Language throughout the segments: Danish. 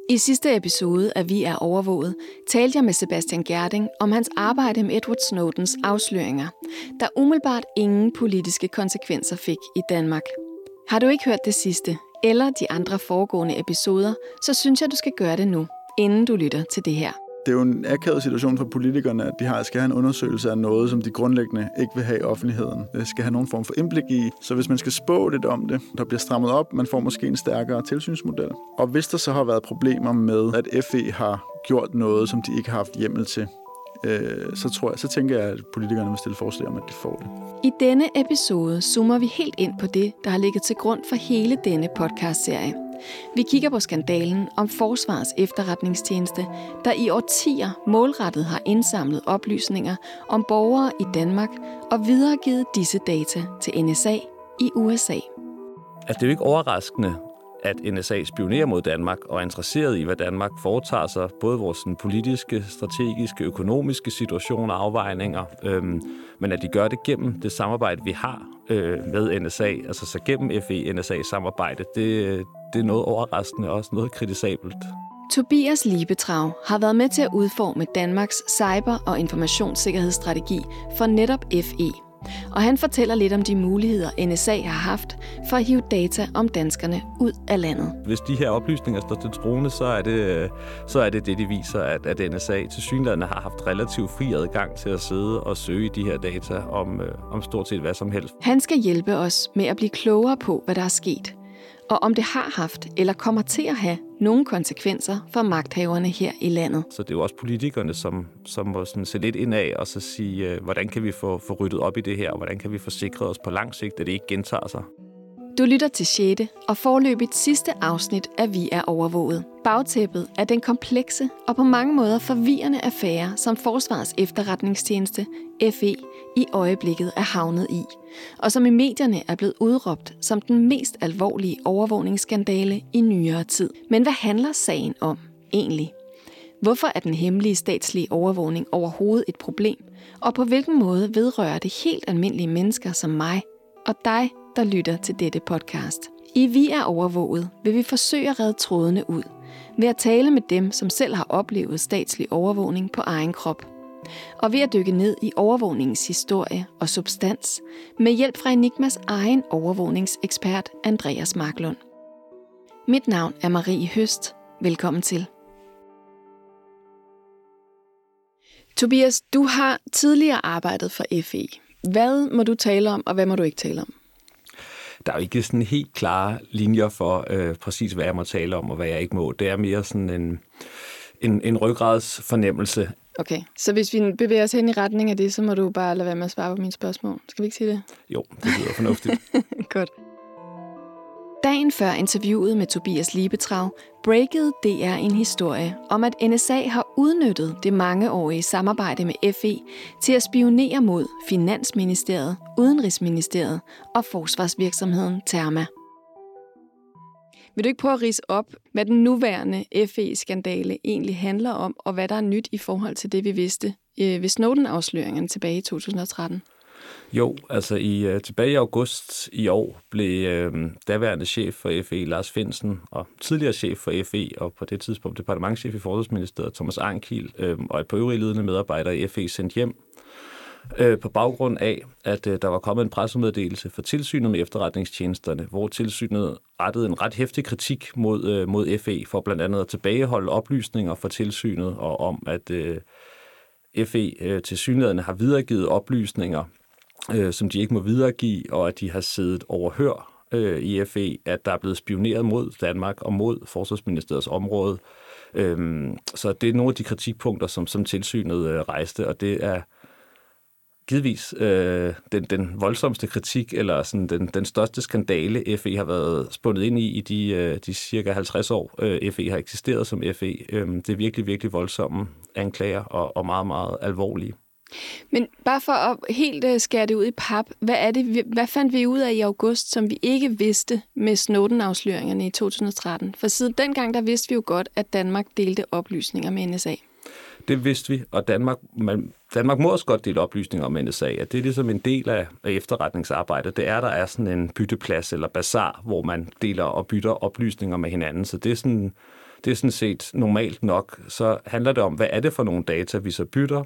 I sidste episode af Vi er overvåget talte jeg med Sebastian Gjerding om hans arbejde med Edward Snowdens afsløringer, der umiddelbart ingen politiske konsekvenser fik i Danmark. Har du ikke hørt det sidste eller de andre foregående episoder, så synes jeg, du skal gøre det nu, inden du lytter til det her. Det er jo en akavet situation for politikerne, at de skal have en undersøgelse af noget, som de grundlæggende ikke vil have i offentligheden. Det skal have nogen form for indblik i. Så hvis man skal spå lidt om det, der bliver strammet op, man får måske en stærkere tilsynsmodel. Og hvis der så har været problemer med, at FE har gjort noget, som de ikke har haft hjemmel til, så tænker jeg, at politikerne vil stille forslag om, at de får det. I denne episode zoomer vi helt ind på det, der har ligget til grund for hele denne podcastserie. Vi kigger på skandalen om Forsvarets Efterretningstjeneste, der i årtier målrettet har indsamlet oplysninger om borgere i Danmark og videregivet disse data til NSA i USA. Altså, det er jo ikke overraskende, at NSA spionerer mod Danmark og er interesseret i, hvad Danmark foretager sig, både vores politiske, strategiske, økonomiske situation og afvejninger, men at de gør det gennem det samarbejde, vi har med NSA, altså så gennem FE-NSA-samarbejde, det er noget overraskende og også noget kritisabelt. Tobias Liebetrau har været med til at udforme Danmarks cyber- og informationssikkerhedsstrategi for netop FE. Og han fortæller lidt om de muligheder, NSA har haft for at hive data om danskerne ud af landet. Hvis de her oplysninger står til troende, så er det de viser, at NSA tilsyneladende har haft relativt fri adgang til at sidde og søge de her data om stort set hvad som helst. Han skal hjælpe os med at blive klogere på, hvad der er sket, og om det har haft eller kommer til at have nogle konsekvenser for magthaverne her i landet. Så det er jo også politikerne, som må sådan se lidt indad og så sige, hvordan kan vi få ryddet op i det her, og hvordan kan vi forsikre os på lang sigt, at det ikke gentager sig. Du lytter til 6. og foreløbigt sidste afsnit af Vi er overvåget. Bagtæppet er den komplekse og på mange måder forvirrende affære, som Forsvarets Efterretningstjeneste, FE, i øjeblikket er havnet i, og som i medierne er blevet udråbt som den mest alvorlige overvågningsskandale i nyere tid. Men hvad handler sagen om egentlig? Hvorfor er den hemmelige statslige overvågning overhovedet et problem? Og på hvilken måde vedrører det helt almindelige mennesker som mig og dig, der lytter til dette podcast? I Vi er overvåget vil vi forsøge at redde trådene ud ved at tale med dem, som selv har oplevet statslig overvågning på egen krop. Og ved at dykke ned i overvågningens historie og substans med hjælp fra Enigmas egen overvågningsekspert Andreas Marklund. Mit navn er Marie Høst. Velkommen til. Tobias, du har tidligere arbejdet for FE. Hvad må du tale om, og hvad må du ikke tale om? Der er jo ikke sådan helt klare linjer for præcis, hvad jeg må tale om, og hvad jeg ikke må. Det er mere sådan en ryggradsfornemmelse. Okay, så hvis vi bevæger os hen i retning af det, så må du bare lade være med at svare på mine spørgsmål. Skal vi ikke sige det? Jo, det lyder fornuftigt. Godt. Dagen før interviewet med Tobias Liebetrau breakede DR en historie om, at NSA har udnyttet det mangeårige samarbejde med FE til at spionere mod Finansministeriet, Udenrigsministeriet og forsvarsvirksomheden Therma. Vil du ikke prøve at ridse op, hvad den nuværende FE-skandale egentlig handler om, og hvad der er nyt i forhold til det, vi vidste ved Snowden-afsløringerne tilbage i 2013? Jo, altså tilbage i august i år blev daværende chef for FE, Lars Findsen, og tidligere chef for FE, og på det tidspunkt departementschef i Forsvarsministeriet, Thomas Arnkiel, og et par øvrige ledende medarbejdere i FE sendt hjem på baggrund af, at der var kommet en pressemeddelelse fra tilsynet med efterretningstjenesterne, hvor tilsynet rettede en ret heftig kritik mod FE for blandt andet at tilbageholde oplysninger fra tilsynet, og om at FE tilsyneladende har videregivet oplysninger, som de ikke må videregive, og at de har siddet overhør i FE, at der er blevet spioneret mod Danmark og mod Forsvarsministeriets område. Så det er nogle af de kritikpunkter, som tilsynet rejste, og det er givetvis den voldsomste kritik, eller sådan den største skandale, FE har været spundet ind i de cirka 50 år, FE har eksisteret som FE. Det er virkelig, virkelig voldsomme anklager og meget, meget alvorlige. Men bare for at helt skære det ud i pap, hvad fandt vi ud af i august, som vi ikke vidste med Snowden-afsløringerne i 2013? For siden dengang, der vidste vi jo godt, at Danmark delte oplysninger med NSA. Det vidste vi, og Danmark må også godt dele oplysninger om NSA. At det er ligesom en del af efterretningsarbejdet. Det er, der er sådan en bytteplads eller bazar, hvor man deler og bytter oplysninger med hinanden. Så det er sådan Det er sådan set normalt nok. Så handler det om, hvad er det for nogle data, vi så bytter?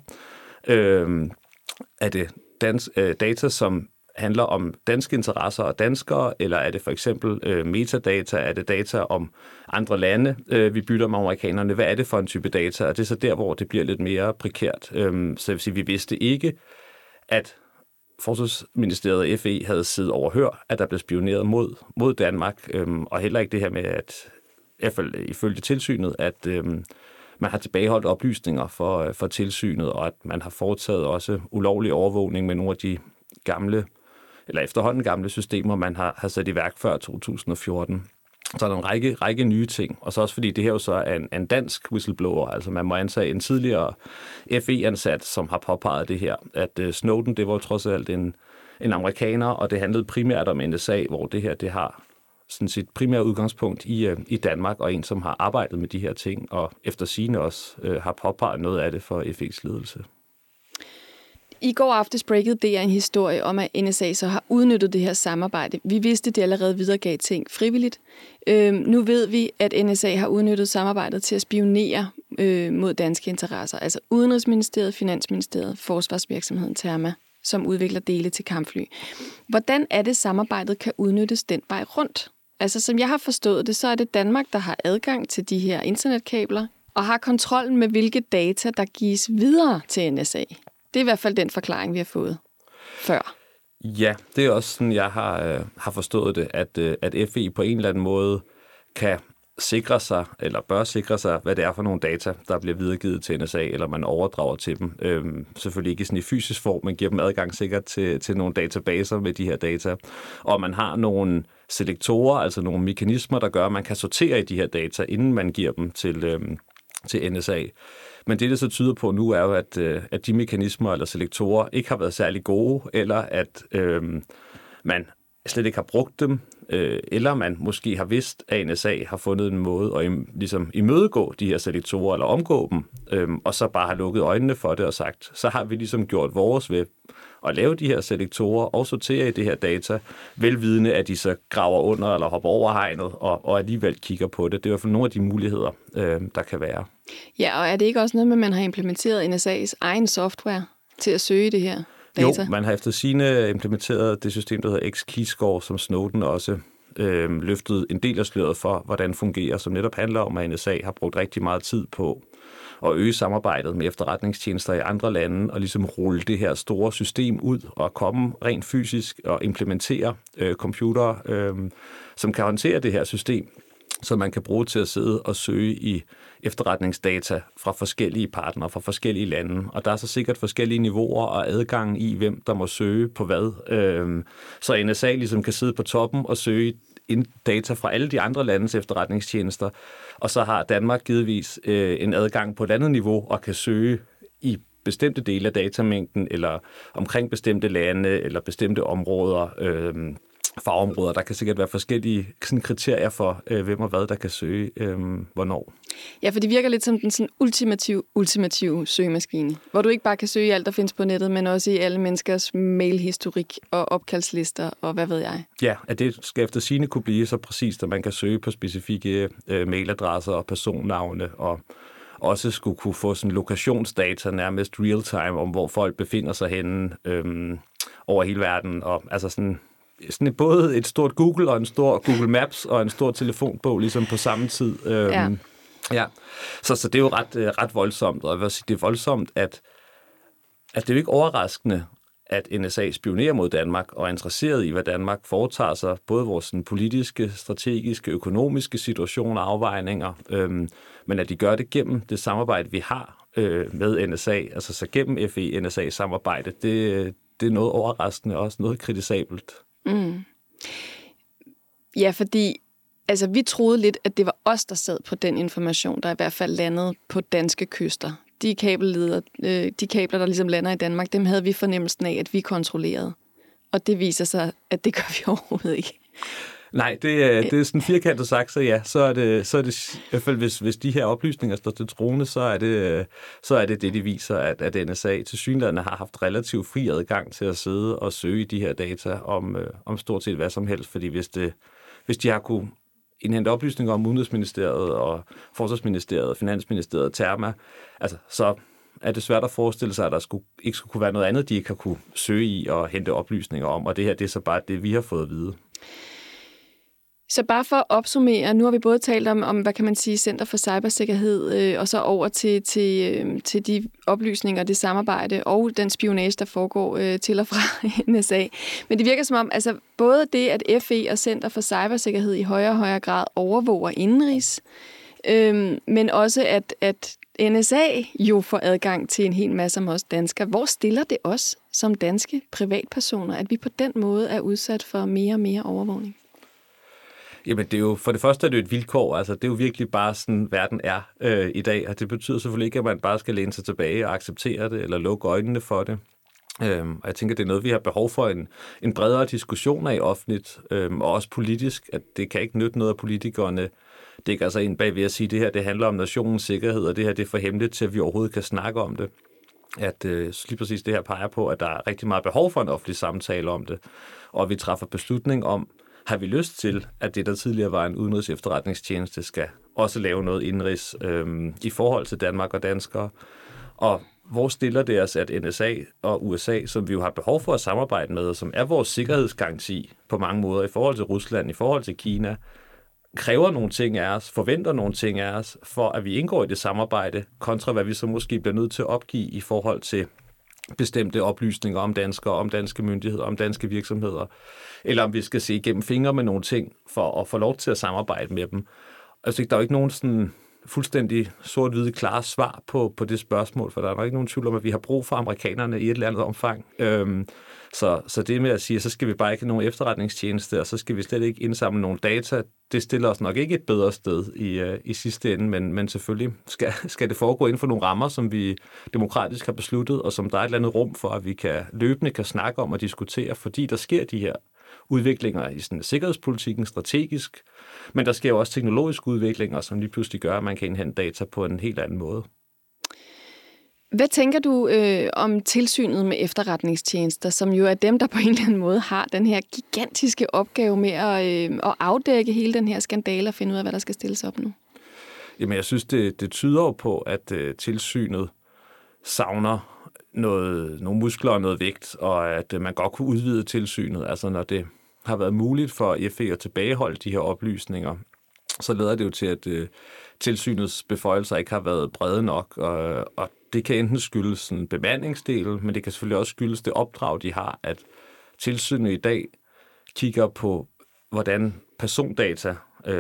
Er det data, som handler om danske interesser og danskere, eller er det for eksempel metadata? Er det data om andre lande, vi bytter med amerikanerne? Hvad er det for en type data? Og det er så der, hvor det bliver lidt mere prekært. Så jeg vil sige, vi vidste ikke, at Forsvarsministeriet og FE havde siddet overhør, at der blev spioneret mod Danmark, og heller ikke det her med, at i hvert fald ifølge tilsynet, at man har tilbageholdt oplysninger for tilsynet, og at man har foretaget også ulovlig overvågning med nogle af de gamle, eller efterhånden gamle systemer, man har sat i værk før 2014. Så er der en række nye ting, og så også fordi det her jo så er en dansk whistleblower, altså man må antage en tidligere FE-ansat, som har påpeget det her, at Snowden, det var jo trods alt en amerikaner, og det handlede primært om NSA, hvor det her, det har sådan sit primære udgangspunkt i Danmark, og en, som har arbejdet med de her ting, og efter sigende også har påpeget noget af det for FE's ledelse. I går aftes breakede DR en historie om, at NSA så har udnyttet det her samarbejde. Vi vidste, at de allerede videregav ting frivilligt. Nu ved vi, at NSA har udnyttet samarbejdet til at spionere mod danske interesser. Altså Udenrigsministeriet, Finansministeriet, Forsvarsvirksomheden Therma, som udvikler dele til kampfly. Hvordan er det, samarbejdet kan udnyttes den vej rundt? Altså som jeg har forstået det, så er det Danmark, der har adgang til de her internetkabler, og har kontrollen med, hvilke data, der gives videre til NSA. Det er i hvert fald den forklaring, vi har fået før. Ja, det er også sådan, jeg har forstået det, at FE på en eller anden måde kan sikre sig, eller bør sikre sig, hvad det er for nogle data, der bliver videregivet til NSA, eller man overdrager til dem. Selvfølgelig ikke sådan i fysisk form, men giver dem adgang sikkert til nogle databaser med de her data. Og man har nogle selektorer, altså nogle mekanismer, der gør, at man kan sortere i de her data, inden man giver dem til NSA. Men det så tyder på nu, er jo, at de mekanismer eller selektorer ikke har været særlig gode, eller at man slet ikke har brugt dem, eller man måske har vidst, at NSA har fundet en måde at ligesom imødegå de her selektorer, eller omgå dem, og så bare har lukket øjnene for det og sagt, så har vi ligesom gjort vores ved at lave de her selektorer og sortere i det her data, velvidende, at de så graver under eller hopper over hegnet og alligevel kigger på det. Det er i hvert fald nogle af de muligheder, der kan være. Ja, og er det ikke også noget med, at man har implementeret NSA's egen software til at søge det her data? Jo, man har efter sigende implementeret det system, der hedder X-Keyscore, som Snowden også løftede en del af sløret for, hvordan det fungerer, som netop handler om, at NSA har brugt rigtig meget tid på at øge samarbejdet med efterretningstjenester i andre lande, og ligesom rulle det her store system ud, og komme rent fysisk og implementere computere, som kan håndtere det her system, som man kan bruge til at sidde og søge i efterretningsdata fra forskellige partnere, fra forskellige lande. Og der er så sikkert forskellige niveauer og adgang i, hvem der må søge på hvad. Så NSA ligesom kan sidde på toppen og søge data fra alle de andre landes efterretningstjenester. Og så har Danmark givetvis en adgang på et andet niveau og kan søge i bestemte dele af datamængden, eller omkring bestemte lande, eller bestemte områder, fagområder. Der kan sikkert være forskellige sådan, kriterier for, hvem og hvad, der kan søge, hvornår. Ja, for det virker lidt som den sådan ultimative søgemaskine, hvor du ikke bare kan søge i alt, der findes på nettet, men også i alle menneskers mailhistorik og opkaldslister og hvad ved jeg. Ja, at det skal efter sigende kunne blive så præcist, at man kan søge på specifikke mailadresser og personnavne, og også skulle kunne få sådan lokationsdata nærmest real-time om, hvor folk befinder sig henne over hele verden, og altså sådan både et stort Google og en stor Google Maps og en stor telefonbog ligesom på samme tid. Ja. Så det er jo ret voldsomt, og jeg vil sige, det er voldsomt, at det er jo ikke overraskende, at NSA spionerer mod Danmark og er interesseret i, hvad Danmark foretager sig, både vores sådan, politiske, strategiske, økonomiske situationer og afvejninger, men at de gør det gennem det samarbejde, vi har med NSA, altså så gennem FE-NSA-samarbejde, det er noget overraskende og også noget kritisabelt. Mm. Ja, fordi altså, vi troede lidt, at det var os, der sad på den information, der i hvert fald landede på danske kyster. De kabler, der ligesom lander i Danmark, dem havde vi fornemmelsen af, at vi kontrollerede. Og det viser sig, at det gør vi overhovedet ikke. Nej, det er sådan firkantet sagt, så ja, så er det i hvert fald, hvis de her oplysninger står til troende, så er det det, de viser, at NSA tilsyneladende har haft relativt fri adgang til at sidde og søge de her data om stort set hvad som helst, fordi hvis de har kunne indhente oplysninger om Udenrigsministeriet og Forsvarsministeriet, Finansministeriet, Terma, altså så er det svært at forestille sig, at der ikke skulle kunne være noget andet, de ikke har kunne søge i og hente oplysninger om, og det her det er så bare det, vi har fået at vide. Så bare for at opsummere, nu har vi både talt om hvad kan man sige, Center for Cybersikkerhed, og så over til de oplysninger, det samarbejde og den spionage, der foregår til og fra NSA. Men det virker som om, altså både det, at FE og Center for Cybersikkerhed i højere og højere grad overvåger indenrigs, men også at NSA jo får adgang til en hel masse om os danskere. Hvor stiller det os som danske privatpersoner, at vi på den måde er udsat for mere og mere overvågning? Jamen, det er jo, for det første er det jo et vilkår, altså det er jo virkelig bare sådan, verden er i dag, og det betyder selvfølgelig ikke, at man bare skal læne sig tilbage og acceptere det, eller lukke øjnene for det. Og jeg tænker, det er noget, vi har behov for en bredere diskussion af offentligt, og også politisk, at det kan ikke nytte noget af politikerne. Det er altså en bag ved at sige, at det her det handler om nationens sikkerhed, og det her det er for hemmeligt til, at vi overhovedet kan snakke om det. At lige præcis det her peger på, at der er rigtig meget behov for en offentlig samtale om det, og vi træffer beslutning om, har vi lyst til, at det, der tidligere var en udenrigs efterretningstjeneste, skal også lave noget indenrigs i forhold til Danmark og danskere. Og hvor stiller det os, at NSA og USA, som vi jo har behov for at samarbejde med, og som er vores sikkerhedsgaranti på mange måder i forhold til Rusland, i forhold til Kina, kræver nogle ting af os, forventer nogle ting af os, for at vi indgår i det samarbejde, kontra hvad vi så måske bliver nødt til at opgive i forhold til bestemte oplysninger om danskere, om danske myndigheder, om danske virksomheder, eller om vi skal se igennem fingre med nogle ting for at få lov til at samarbejde med dem. Altså, der er jo ikke nogen sådan fuldstændig sort-hvide klare svar på det spørgsmål, for der er nok ikke nogen tvivl om, at vi har brug for amerikanerne i et eller andet omfang. Så det med at sige, at så skal vi bare ikke have nogen efterretningstjeneste, og så skal vi slet ikke indsamle nogle data, det stiller os nok ikke et bedre sted i sidste ende, men selvfølgelig skal det foregå inden for nogle rammer, som vi demokratisk har besluttet, og som der er et eller andet rum for, at vi løbende kan snakke om og diskutere, fordi der sker de her udviklinger i sådan sikkerhedspolitikken strategisk, men der sker jo også teknologiske udviklinger, som lige pludselig gør, at man kan indhente data på en helt anden måde. Hvad tænker du om tilsynet med efterretningstjenester, som jo er dem, der på en eller anden måde har den her gigantiske opgave med at afdække hele den her skandale og finde ud af, hvad der skal stilles op nu? Jamen, jeg synes, det tyder jo på, at tilsynet savner nogle muskler og noget vægt, og at man godt kunne udvide tilsynet. Altså, når det har været muligt for FE at tilbageholde de her oplysninger, så leder det jo til, at tilsynets beføjelser ikke har været brede nok, og det kan enten skyldes en bemandingsdel, men det kan selvfølgelig også skyldes det opdrag, de har, at tilsynet i dag kigger på, hvordan persondata,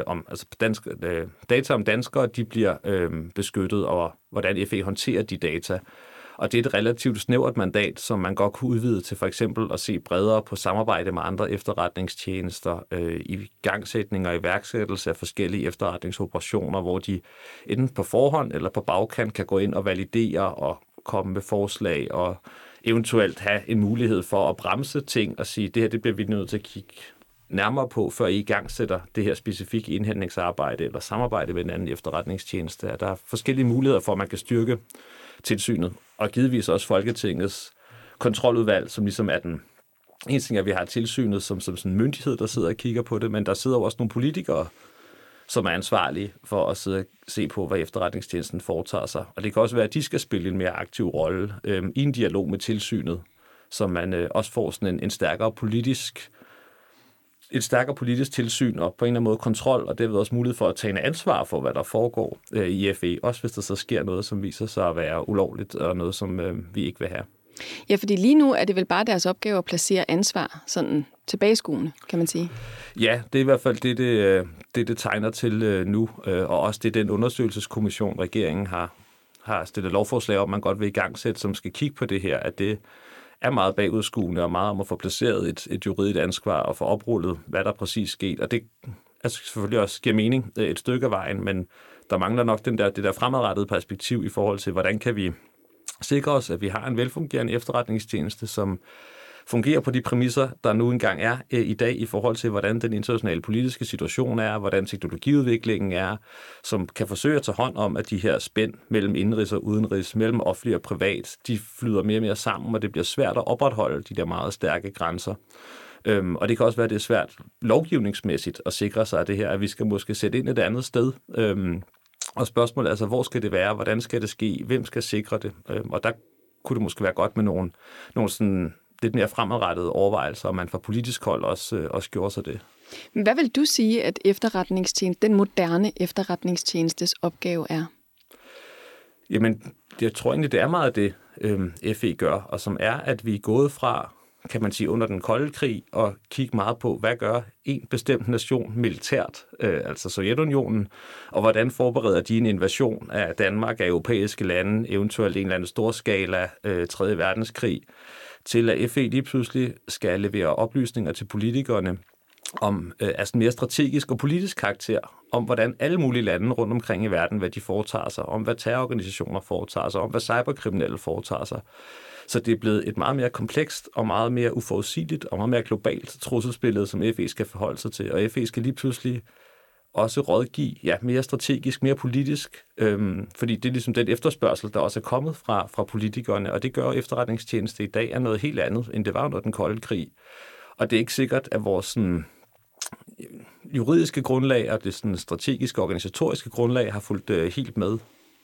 data om danskere, de bliver beskyttet, og hvordan FE håndterer de data. Og det er et relativt snævert mandat, som man godt kunne udvide til for eksempel at se bredere på samarbejde med andre efterretningstjenester, i igangsætning og iværksættelse af forskellige efterretningsoperationer, hvor de enten på forhånd eller på bagkant kan gå ind og validere og komme med forslag og eventuelt have en mulighed for at bremse ting og sige, det her det bliver vi nødt til at kigge nærmere på, før I igangsætter det her specifikke indhentningsarbejde eller samarbejde med en anden efterretningstjeneste. Der er forskellige muligheder for, at man kan styrke tilsynet, og givetvis også Folketingets kontroludvalg, som ligesom er den ene ting, at vi har tilsynet som sådan en myndighed, der sidder og kigger på det, men der sidder jo også nogle politikere, som er ansvarlige for at sidde og se på, hvad efterretningstjenesten foretager sig. Og det kan også være, at de skal spille en mere aktiv rolle i en dialog med tilsynet, så man også får sådan et stærkere politisk tilsyn og på en eller anden måde kontrol, og derved også mulighed for at tage en ansvar for, hvad der foregår i FE, også hvis der så sker noget, som viser sig at være ulovligt, og noget, som vi ikke vil have. Ja, fordi lige nu er det vel bare deres opgave at placere ansvar sådan tilbageskuende, kan man sige. Ja, det er i hvert fald det tegner til nu, og også det den undersøgelseskommission, regeringen har stillet lovforslag om, man godt vil igangsætte, som skal kigge på det her, at det er meget bagudskuende og meget om at få placeret et juridisk ansvar og få oprullet, hvad der præcis sket. Og det selvfølgelig også giver mening et stykke af vejen, men der mangler nok det der fremadrettede perspektiv i forhold til, hvordan kan vi sikre os, at vi har en velfungerende efterretningstjeneste, som fungerer på de præmisser, der nu engang er i dag i forhold til, hvordan den internationale politiske situation er, hvordan teknologiudviklingen er, som kan forsøge at tage hånd om, at de her spænd mellem indenrigs og udenrigs, mellem offentlig og privat, de flyder mere og mere sammen, og det bliver svært at opretholde de der meget stærke grænser. Og det kan også være, at det er svært lovgivningsmæssigt at sikre sig af det her, at vi skal måske sætte ind et andet sted. Og spørgsmålet er altså, hvor skal det være? Hvordan skal det ske? Hvem skal sikre det? Og der kunne det måske være godt med nogle sådan lidt mere fremadrettede overvejelser, og man fra politisk hold også gjorde sig det. Hvad vil du sige, at den moderne efterretningstjenestes opgave er? Jamen, jeg tror egentlig, det er meget det, FE gør, og som er, at vi er gået fra, kan man sige, under den kolde krig, og kigge meget på, hvad gør en bestemt nation militært, altså Sovjetunionen, og hvordan forbereder de en invasion af Danmark, af europæiske lande, eventuelt en eller anden storskala 3. verdenskrig, til at FE lige pludselig skal levere oplysninger til politikerne om altså mere strategisk og politisk karakter, om hvordan alle mulige lande rundt omkring i verden, hvad de foretager sig, om hvad terrororganisationer foretager sig, om hvad cyberkriminelle foretager sig. Så det er blevet et meget mere komplekst og meget mere uforudsigeligt og meget mere globalt trusselsbillede, som FE skal forholde sig til. Og FE skal lige pludselig også rådgive mere strategisk, mere politisk, fordi det er ligesom den efterspørgsel, der også er kommet fra politikerne, og det gør efterretningstjeneste i dag er noget helt andet, end det var under den kolde krig. Og det er ikke sikkert, at vores sådan, juridiske grundlag og det sådan, strategiske og organisatoriske grundlag har fulgt helt med.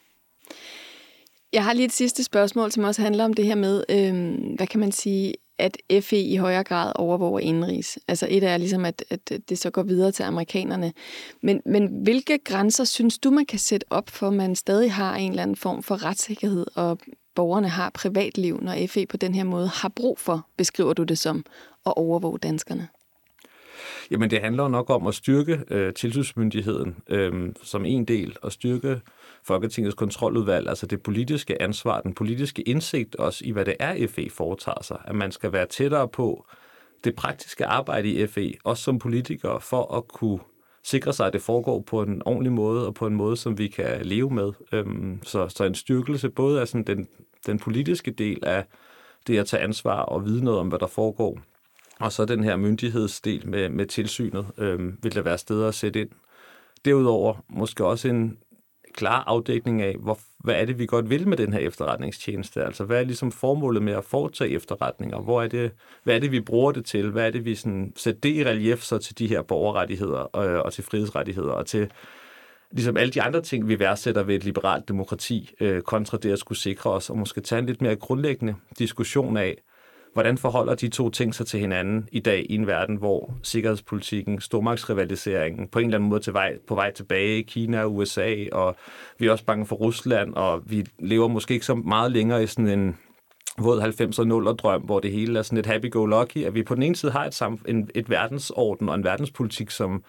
Jeg har lige et sidste spørgsmål, som også handler om det her med, hvad kan man sige, at FE i højere grad overvåger indenrigs. Altså et er ligesom, at det så går videre til amerikanerne. Men hvilke grænser synes du, man kan sætte op for, at man stadig har en eller anden form for retssikkerhed, og borgerne har privatliv, når FE på den her måde har brug for, beskriver du det som, at overvåge danskerne? Jamen det handler jo nok om at styrke tilsynsmyndigheden som en del, og styrke Folketingets kontroludvalg, altså det politiske ansvar, den politiske indsigt også i, hvad det er, FE foretager sig. At man skal være tættere på det praktiske arbejde i FE, også som politikere, for at kunne sikre sig, at det foregår på en ordentlig måde, og på en måde, som vi kan leve med. Så en styrkelse både af sådan den politiske del af det at tage ansvar og vide noget om, hvad der foregår, og så den her myndighedsdel med tilsynet, vil der være steder at sætte ind. Derudover måske også en klar afdækning af, hvad er det, vi godt vil med den her efterretningstjeneste? Altså, hvad er ligesom formålet med at foretage efterretninger? Hvad er det, vi bruger det til? Hvad er det, vi sådan sætter det i relief så til de her borgerrettigheder og til frihedsrettigheder og til ligesom alle de andre ting, vi værdsætter ved et liberalt demokrati, kontra det at skulle sikre os, og måske tage en lidt mere grundlæggende diskussion af, hvordan forholder de to ting sig til hinanden i dag i en verden, hvor sikkerhedspolitikken, stormagtsrivaliseringen på en eller anden måde på vej tilbage i Kina og USA, og vi er også bange for Rusland, og vi lever måske ikke så meget længere i sådan en våd 90'er drøm, hvor det hele er sådan et happy-go-lucky, at vi på den ene side har et verdensorden og en verdenspolitik, som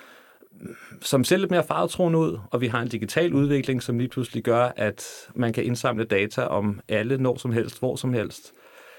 ser lidt mere faretruende ud, og vi har en digital udvikling, som lige pludselig gør, at man kan indsamle data om alle når som helst, hvor som helst.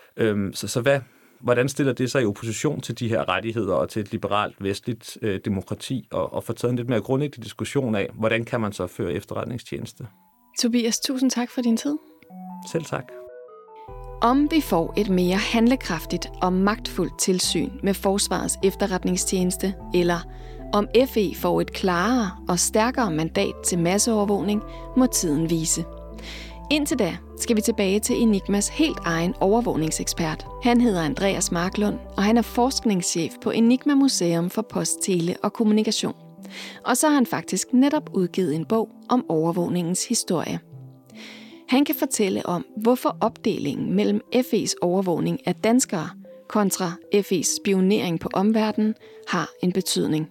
Hvordan stiller det sig i opposition til de her rettigheder og til et liberalt vestligt demokrati, og få taget en lidt mere grundlæggende diskussion af, hvordan kan man så føre efterretningstjeneste? Tobias, tusind tak for din tid. Selv tak. Om vi får et mere handlekraftigt og magtfuldt tilsyn med Forsvarets efterretningstjeneste, eller om FE får et klarere og stærkere mandat til masseovervågning, må tiden vise. Indtil da skal vi tilbage til Enigmas helt egen overvågningsekspert. Han hedder Andreas Marklund, og han er forskningschef på Enigma Museum for Post, Tele og Kommunikation. Og så har han faktisk netop udgivet en bog om overvågningens historie. Han kan fortælle om, hvorfor opdelingen mellem FE's overvågning af danskere kontra FE's spionering på omverdenen har en betydning.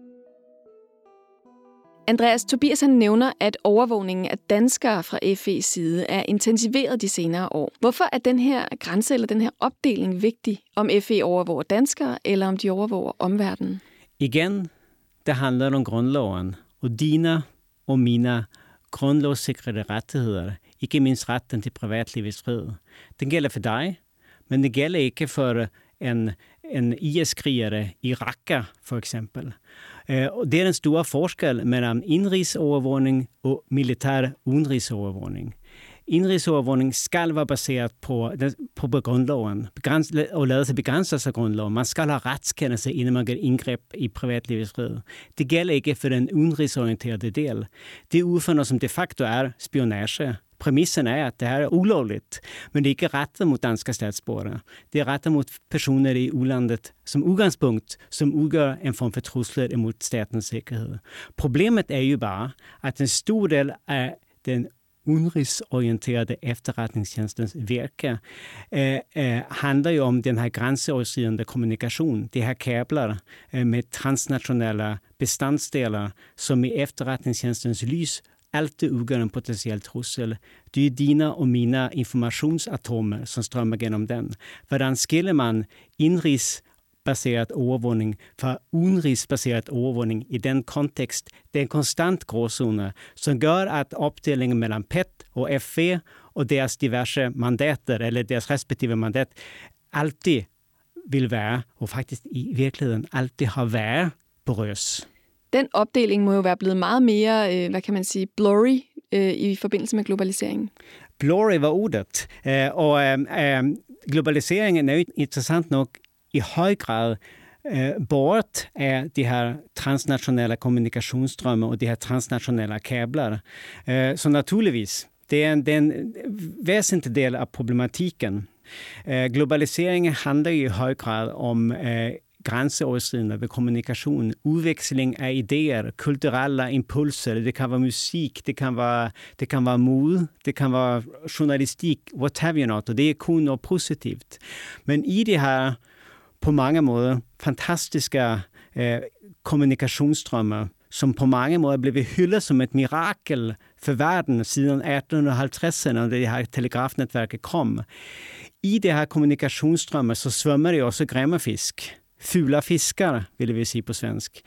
Andreas, Tobias han nævner, at overvågningen af danskere fra FE's side er intensiveret de senere år. Hvorfor er den her grænse eller den her opdeling vigtig, om FE overvåger danskere, eller om de overvåger omverdenen? Igen, det handler om grundloven, og dine og mine grundlovssikrede rettigheder, ikke mindst retten til privatlivets fred. Den gælder for dig, men det gælder ikke for en IS-krigere i Raqqa, for eksempel. Og det er en stor forskel mellem indrigsovervågning og militær udenrigsovervågning. Indrigsovervågning skal være baseret på grundloven, og lade sig begrænses af grundloven. Man skal have retskendelse, inden man gør indgreb i privatlivets fred. Det gælder ikke for den udenrigsorienterede del. Det udfører som de facto er spionage, Premissen är att det här är olagligt, men det är inte rettet mot danska statsborgare. Det är rettet mot personer i ulandet som udgangspunkt, som udgör en form för trusler emot statens säkerhet. Problemet är ju bara att en stor del av den udenrigsorienterede efterretningstjänstens virke handlar ju om den här gränsöverskridande kommunikation. De här kablar med transnationella beståndsdelar som i efterretningstjänstens lys alltid udgör en potentiell trussel. Det är dina och mina informationsatomer som strömmar genom den. Hvordan skiller man inrigsbaserad overvågning fra udenrigsbaserad overvågning i den kontekst? Det är en konstant gråzone som gör att uppdelningen mellan PET och FE och deras diverse mandater eller deras respektive mandat alltid vill vara och faktiskt i verkligheten alltid har varit porös. Den opdeling må jo være blevet meget mere, hvad kan man sige, blurry i forbindelse med globaliseringen. Blurry var ordet. Og globaliseringen er jo interessant nok i høj grad bort af de her transnationella kommunikationsstrømme og de her transnationella kabler. Så naturligvis, det er en væsentlig del af problematikken. Globaliseringen handler i høj grad om grænseoverskridende ved kommunikation, udveksling af idéer, kulturelle impulser, det kan være musik, det kan være mode, det kan være journalistik, what have you not, og det er kun noget positivt. Men i det her på mange måder fantastiske kommunikationsstrømme, som på mange måder blev hyldet som et mirakel for verden siden 1850'erne, når det her telegrafnetværket kom. I det her kommunikationsstrømme så svømmer det også græmmerfisk. Fula fiskar, vill vi säga på svensk.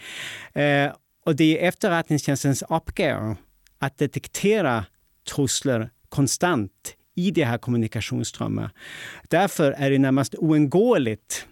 Och det är efterretningstjänstens uppgave att detektera trusler konstant i det här kommunikationsströmmar. Därför är det närmast oundgåeligt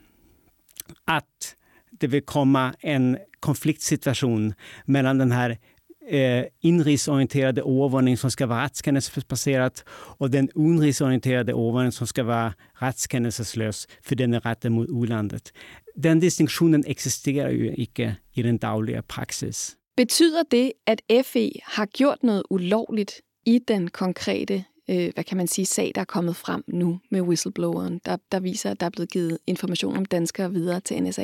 att det vill komma en konfliktsituation mellan den här inrigsorienterade overvågning som ska vara rättskännesbaserat och den udenrigsorienterade overvågning som ska vara rättskänneslös för den är rätten mot ulandet. Den distinktionen eksisterer jo ikke i den daglige praksis. Betyder det, at FE har gjort noget ulovligt i den konkrete, hvad kan man sige, sag, der er kommet frem nu med whistlebloweren, der viser, at der er blevet givet information om danskere videre til NSA?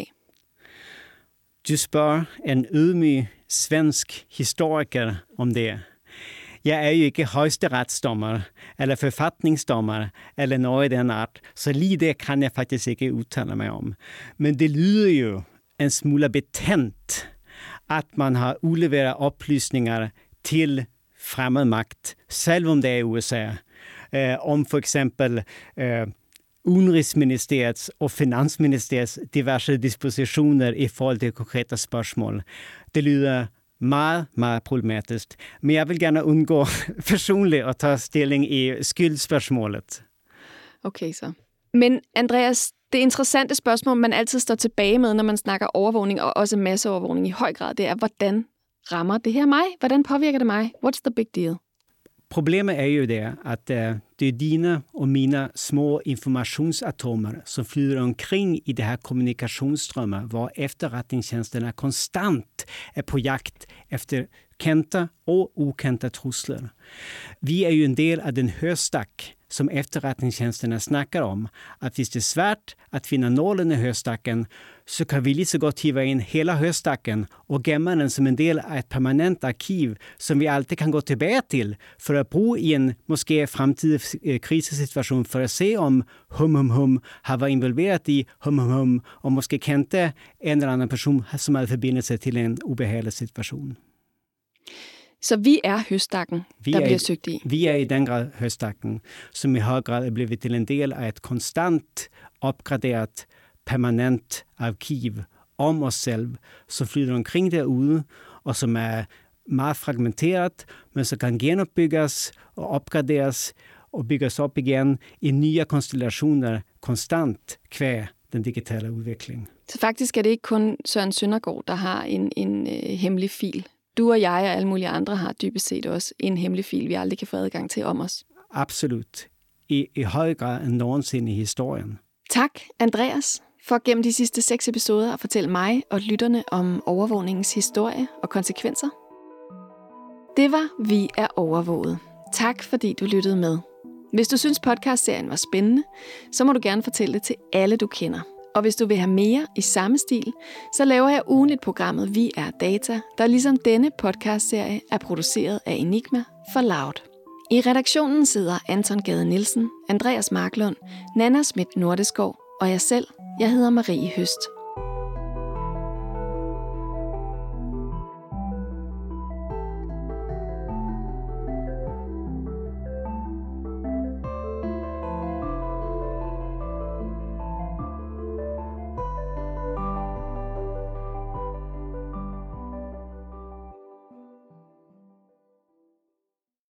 Du spørger en ydmyg svensk historiker om det. Jeg er jo ikke højesteretsdommer eller forfatningsdommer eller noget i den art, så lige det kan jeg faktisk ikke udtale mig om. Men det lyder jo en smule betændt, at man har udleveret oplysninger til fremmed magt, selv om det er USA, om for eksempel Udenrigsministeriets og Finansministeriets diverse dispositioner i forhold til konkrete spørgsmål. Det lyder meget, meget problematisk. Men jeg vil gerne undgå personligt at tage stilling i skyldspørgsmålet. Okay så. Men Andreas, det interessante spørgsmål, man altid står tilbage med, når man snakker overvågning og også masseovervågning i høj grad, det er, hvordan rammer det her mig? Hvordan påvirker det mig? What's the big deal? Problemet er jo det, at det er dine og mine små informationsatomer, som flyder omkring i det her kommunikationsstrømmer, hvor efterretningstjänsterna konstant er på jagt efter kendte og ukendte trusler. Vi er jo en del af den høstak, som efterretningstjänsterna snakker om, at hvis det er svært at finde nålen i høstakken, så kan vi lige så godt hive ind hele høstakken og gemme den som en del af et permanent arkiv, som vi altid kan gå tilbage til, for at bruge i en måske fremtidig krisesituation, for at se om har været involveret i og måske kendte en eller anden person, som havde forbindelse til en ubehagelig situation. Så vi er høstakken, der bliver søgt i? Vi er i den grad høstakken, som i høj grad er blevet til en del af et konstant opgraderet permanent arkiv om os selv, som flyder omkring derude, og som er meget fragmenteret, men så kan genopbygges og opgraderes og bygges op igen i nye konstellationer konstant kvæg den digitale udvikling. Så faktisk er det ikke kun Søren Søndergaard, der har en hemmelig fil. Du og jeg og alle mulige andre har dybest set også en hemmelig fil, vi aldrig kan få adgang til om os. Absolut. I høj grad end nogensinde i historien. Tak, Andreas, for gennem de sidste 6 episoder at fortælle mig og lytterne om overvågningens historie og konsekvenser. Det var Vi er overvåget. Tak fordi du lyttede med. Hvis du synes podcastserien var spændende, så må du gerne fortælle det til alle du kender. Og hvis du vil have mere i samme stil, så laver jeg ugenligt programmet Vi er Data, der ligesom denne podcastserie er produceret af Enigma for Loud. I redaktionen sidder Anton Gade Nielsen, Andreas Marklund, Nanna Schmidt Nordeskov og jeg selv. Jeg hedder Marie Høst.